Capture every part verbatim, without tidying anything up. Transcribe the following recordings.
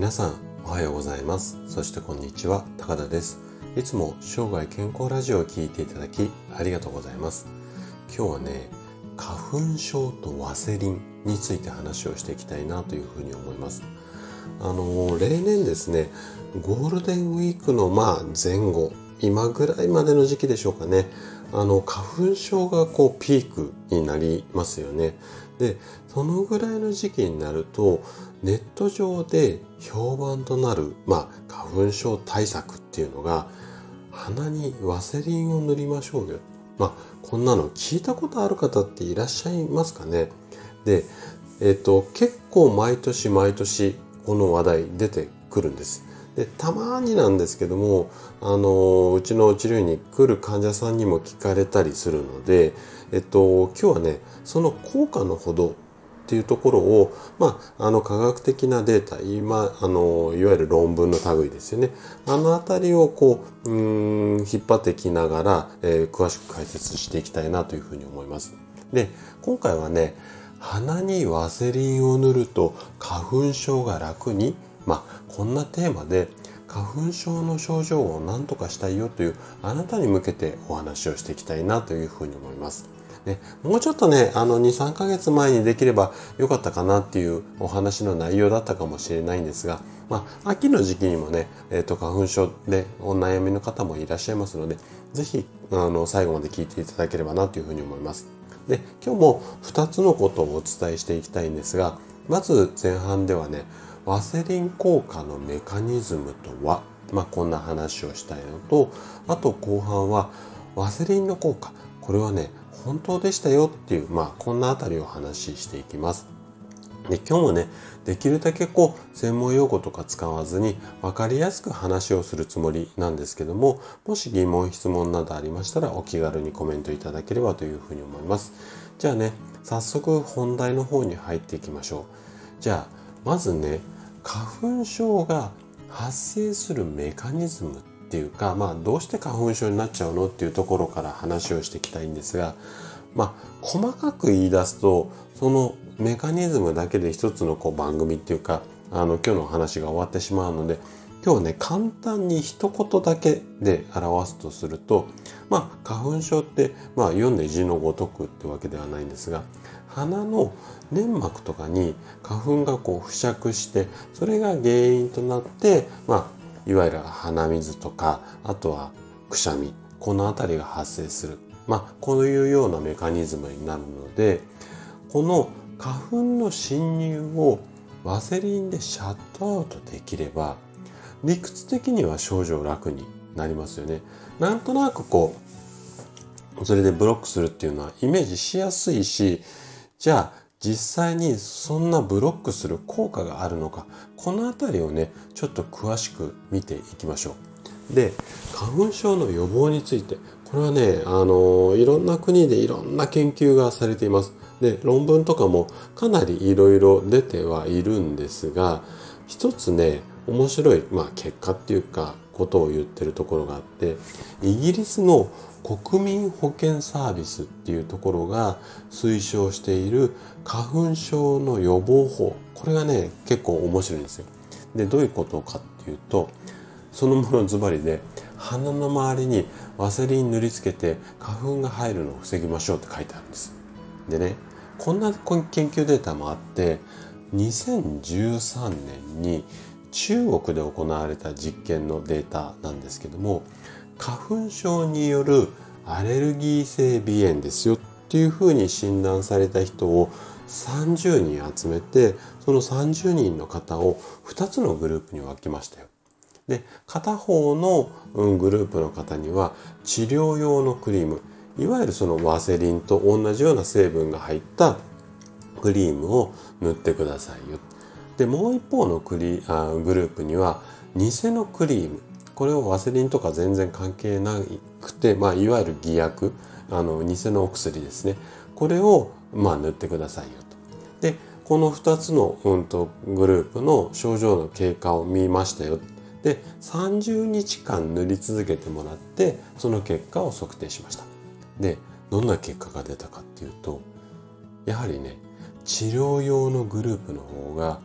皆さんおはようございます。そしてこんにちは、高田です。いつも生涯健康ラジオを聞いていただきありがとうございます。今日はね、花粉症とワセリンについて話をしていきたいなというふうに思います。あの例年ですね、ゴールデンウィークのまあ前後、今ぐらいまでの時期でしょうかね、あの花粉症がこうピークになりますよね。で、そのぐらいの時期になるとネット上で評判となる、まあ、花粉症対策っていうのが、鼻にワセリンを塗りましょうよ。まあ、こんなの聞いたことある方っていらっしゃいますかね。で、えっと、結構毎年毎年この話題出てくるんです。で、たまになんですけども、あの、うちの治療院に来る患者さんにも聞かれたりするので、えっと、今日はね、その効果のほどっていうところを、まあ、あの科学的なデータ、今、あの、いわゆる論文の類ですよね。あのあたりをこう、うーん、引っ張ってきながら、えー、詳しく解説していきたいなというふうに思います。で、今回はね、鼻にワセリンを塗ると花粉症が楽に、まあ、こんなテーマで花粉症の症状を何とかしたいよというあなたに向けてお話をしていきたいなというふうに思います。ね、もうちょっとね、あのに、さんかげつまえにできればよかったかなっていうお話の内容だったかもしれないんですが、まあ、秋の時期にもね、えっと、花粉症でお悩みの方もいらっしゃいますので、ぜひ、あの、最後まで聞いていただければなというふうに思います。で、今日もふたつのことをお伝えしていきたいんですが、まず前半ではね、ワセリン効果のメカニズムとは、まあ、こんな話をしたいのと、あと後半はワセリンの効果、これはね、本当でしたよっていう、まあ、こんなあたりを話していきます。で、今日もね、できるだけこう専門用語とか使わずに分かりやすく話をするつもりなんですけども、もし疑問質問などありましたらお気軽にコメントいただければというふうに思います。じゃあね、早速本題の方に入っていきましょう。じゃあまずね、花粉症が発生するメカニズムっていうか、まあどうして花粉症になっちゃうのっていうところから話をしていきたいんですが、まあ細かく言い出すと、そのメカニズムだけで一つのこう番組っていうか、あの今日の話が終わってしまうので、今日はね、簡単に一言だけで表すとすると、まあ花粉症って、まあ読んで字のごとくってわけではないんですが、鼻の粘膜とかに花粉がこう付着して、それが原因となって、まあいわゆる鼻水とか、あとはくしゃみ、このあたりが発生する。まあこういうようなメカニズムになるので、この花粉の侵入をワセリンでシャットアウトできれば、理屈的には症状楽になりますよね。なんとなくこう、それでブロックするっていうのはイメージしやすいし、じゃあ実際にそんなブロックする効果があるのか、このあたりをね、ちょっと詳しく見ていきましょう。で、花粉症の予防について、これはね、あの、いろんな国でいろんな研究がされています。で、論文とかもかなりいろいろ出てはいるんですが、一つね、面白い、まあ、結果っていうか、ことを言ってるところがあって、イギリスの国民保険サービスっていうところが推奨している花粉症の予防法。これがね、結構面白いんですよ。で、どういうことかっていうと、そのものズバリで、鼻の周りにワセリン塗りつけて花粉が入るのを防ぎましょうって書いてあるんです。でね、こんな研究データもあって、にせんじゅうさんねんに中国で行われた実験のデータなんですけども、花粉症によるアレルギー性鼻炎ですよっていうふうに診断された人をさんじゅうにん集めて、そのさんじゅうにんの方をふたつのグループに分けましたよ。で、片方のグループの方には治療用のクリーム、いわゆるそのワセリンと同じような成分が入ったクリームを塗ってくださいよ。で、もう一方のクリあグループには偽のクリーム、これをワセリンとか全然関係なくて、まあ、いわゆる偽薬、あの偽のお薬ですね。これをまあ塗ってくださいよと。で、このふたつの、うん、とグループの症状の経過を見ましたよ。で、さんじゅうにちかん塗り続けてもらって、その結果を測定しました。で、どんな結果が出たかっていうと、やはりね、治療用のグループの方が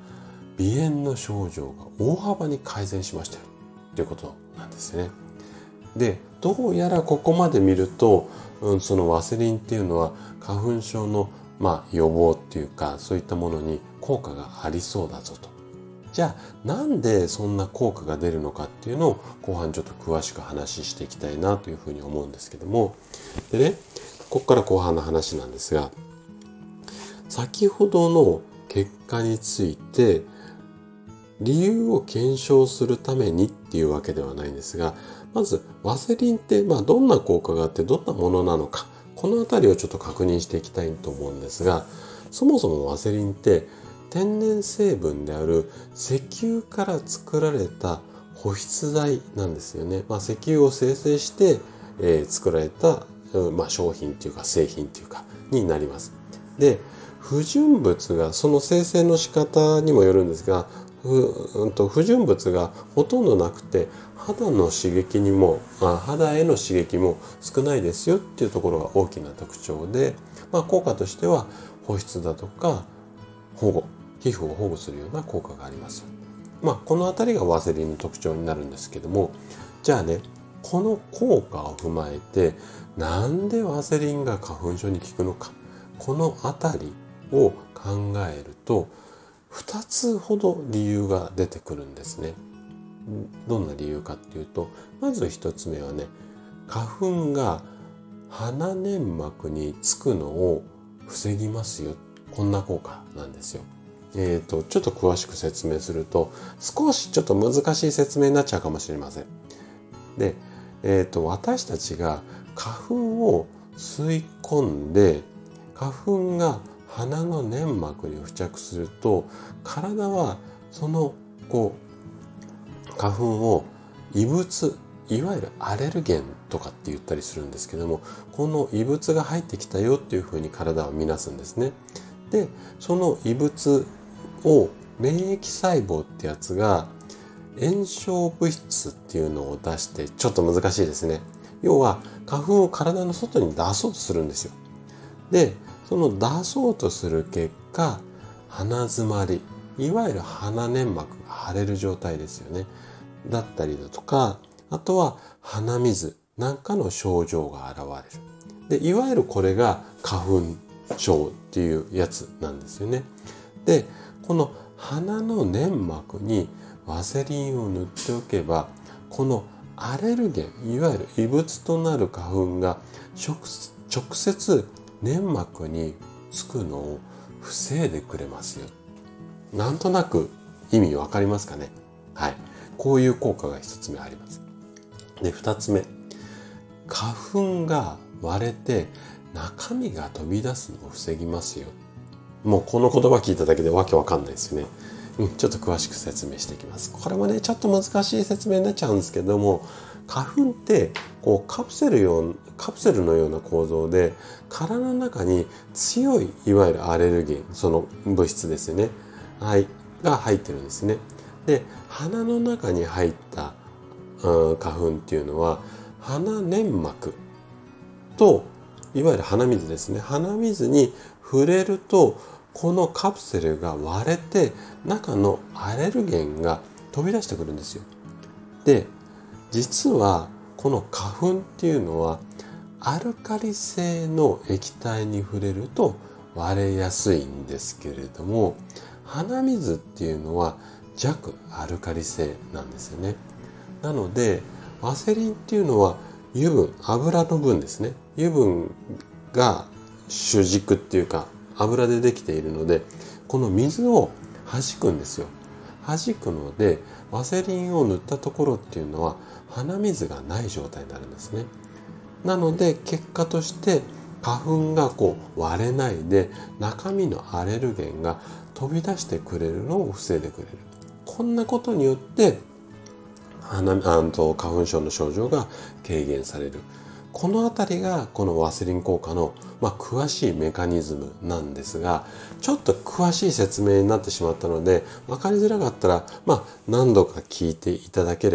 鼻炎の症状が大幅に改善しましたよということなんですね。で、どうやらここまで見ると、うん、そのワセリンっていうのは花粉症のまあ予防っていうか、そういったものに効果がありそうだぞと。じゃあなんでそんな効果が出るのかっていうのを後半ちょっと詳しく話していきたいなというふうに思うんですけども、でね、ここから後半の話なんですが、先ほどの結果について理由を検証するためにっていうわけではないんですが、まずワセリンってまあどんな効果があってどんなものなのか、このあたりをちょっと確認していきたいと思うんですが、そもそもワセリンって天然成分である石油から作られた保湿剤なんですよね。まあ、石油を精製して、えー、作られた、まあ、商品というか製品というかになります。で、不純物がその生成の仕方にもよるんですが、不, うんと不純物がほとんどなくて肌の刺激にも、まあ、肌への刺激も少ないですよっていうところが大きな特徴で、まあ、効果としては保湿だとか保護、皮膚を保護するような効果があります。まあこのあたりがワセリンの特徴になるんですけども、じゃあね、この効果を踏まえてなんでワセリンが花粉症に効くのか、このあたりを考えるとふたつほど理由が出てくるんですね。どんな理由かっていうと、まずひとつめはね、花粉が鼻粘膜につくのを防ぎますよ、こんな効果なんですよ。えーと、ちょっと詳しく説明すると、少しちょっと難しい説明になっちゃうかもしれません。で、えーと、私たちが花粉を吸い込んで、花粉が鼻の粘膜に付着すると、体はそのこう花粉を異物、いわゆるアレルゲンとかって言ったりするんですけども、この異物が入ってきたよっていうふうに体は見なすんですね。で、その異物を免疫細胞ってやつが炎症物質っていうのを出して、ちょっと難しいですね。要は花粉を体の外に出そうとするんですよ。で、その出そうとする結果、鼻づまり、いわゆる鼻粘膜が腫れる状態ですよね。だったりだとか、あとは鼻水なんかの症状が現れる。で、いわゆるこれが花粉症っていうやつなんですよね。で、この鼻の粘膜にワセリンを塗っておけば、このアレルゲン、いわゆる異物となる花粉が直接粘膜につくのを防いでくれますよ。なんとなく意味わかりますかね。はい。こういう効果が一つ目あります。で、二つ目。花粉が割れて中身が飛び出すのを防ぎますよ。もうこの言葉聞いただけでわけわかんないですよね。うん、ちょっと詳しく説明していきます。これもね、ちょっと難しい説明になっちゃうんですけども、花粉ってこうカプセルようカプセルのような構造で、体の中に強いいわゆるアレルゲン、その物質ですよね、はい、が入ってるんですね。で、鼻の中に入った、うん、花粉っていうのは鼻粘膜といわゆる鼻水ですね、鼻水に触れると、このカプセルが割れて中のアレルゲンが飛び出してくるんですよ。で、実はこの花粉っていうのはアルカリ性の液体に触れると割れやすいんですけれども、鼻水っていうのは弱アルカリ性なんですよね。なのでワセリンっていうのは油分、油の分ですね、油分が主軸っていうか油でできているので、この水を弾くんですよ。弾くのでワセリンを塗ったところっていうのは鼻水がない状態になるんですね。なので結果として花粉がこう割れないで中身のアレルゲンが飛び出してくれるのを防いでくれる。こんなことによって鼻あと花粉症の症状が軽減される。このあたりがこのワセリン効果の、まあ、詳しいメカニズムなんですが、ちょっと詳しい説明になってしまったので分かりづらかったら、まあ、何度か聞いていただければ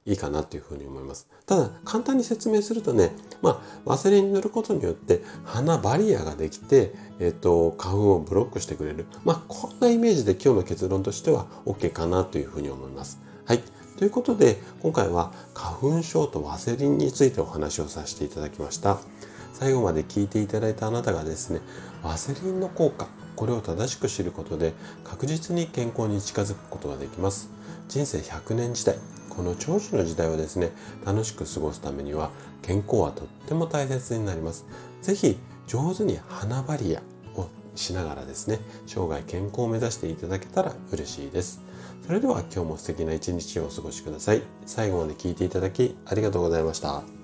いいかなというふうに思います。ただ簡単に説明するとね、まあ、ワセリン塗ることによって鼻バリアができて、えっと、花粉をブロックしてくれる。まあ、こんなイメージで今日の結論としては OK かなというふうに思います。はい。ということで、今回は花粉症とワセリンについてお話をさせていただきました。最後まで聞いていただいたあなたがですね、ワセリンの効果、これを正しく知ることで確実に健康に近づくことができます。人生ひゃくねん時代、この長寿の時代をですね、楽しく過ごすためには健康はとっても大切になります。ぜひ上手に鼻バリアをしながらですね、生涯健康を目指していただけたら嬉しいです。それでは今日も素敵な一日をお過ごしください。最後まで聞いていただきありがとうございました。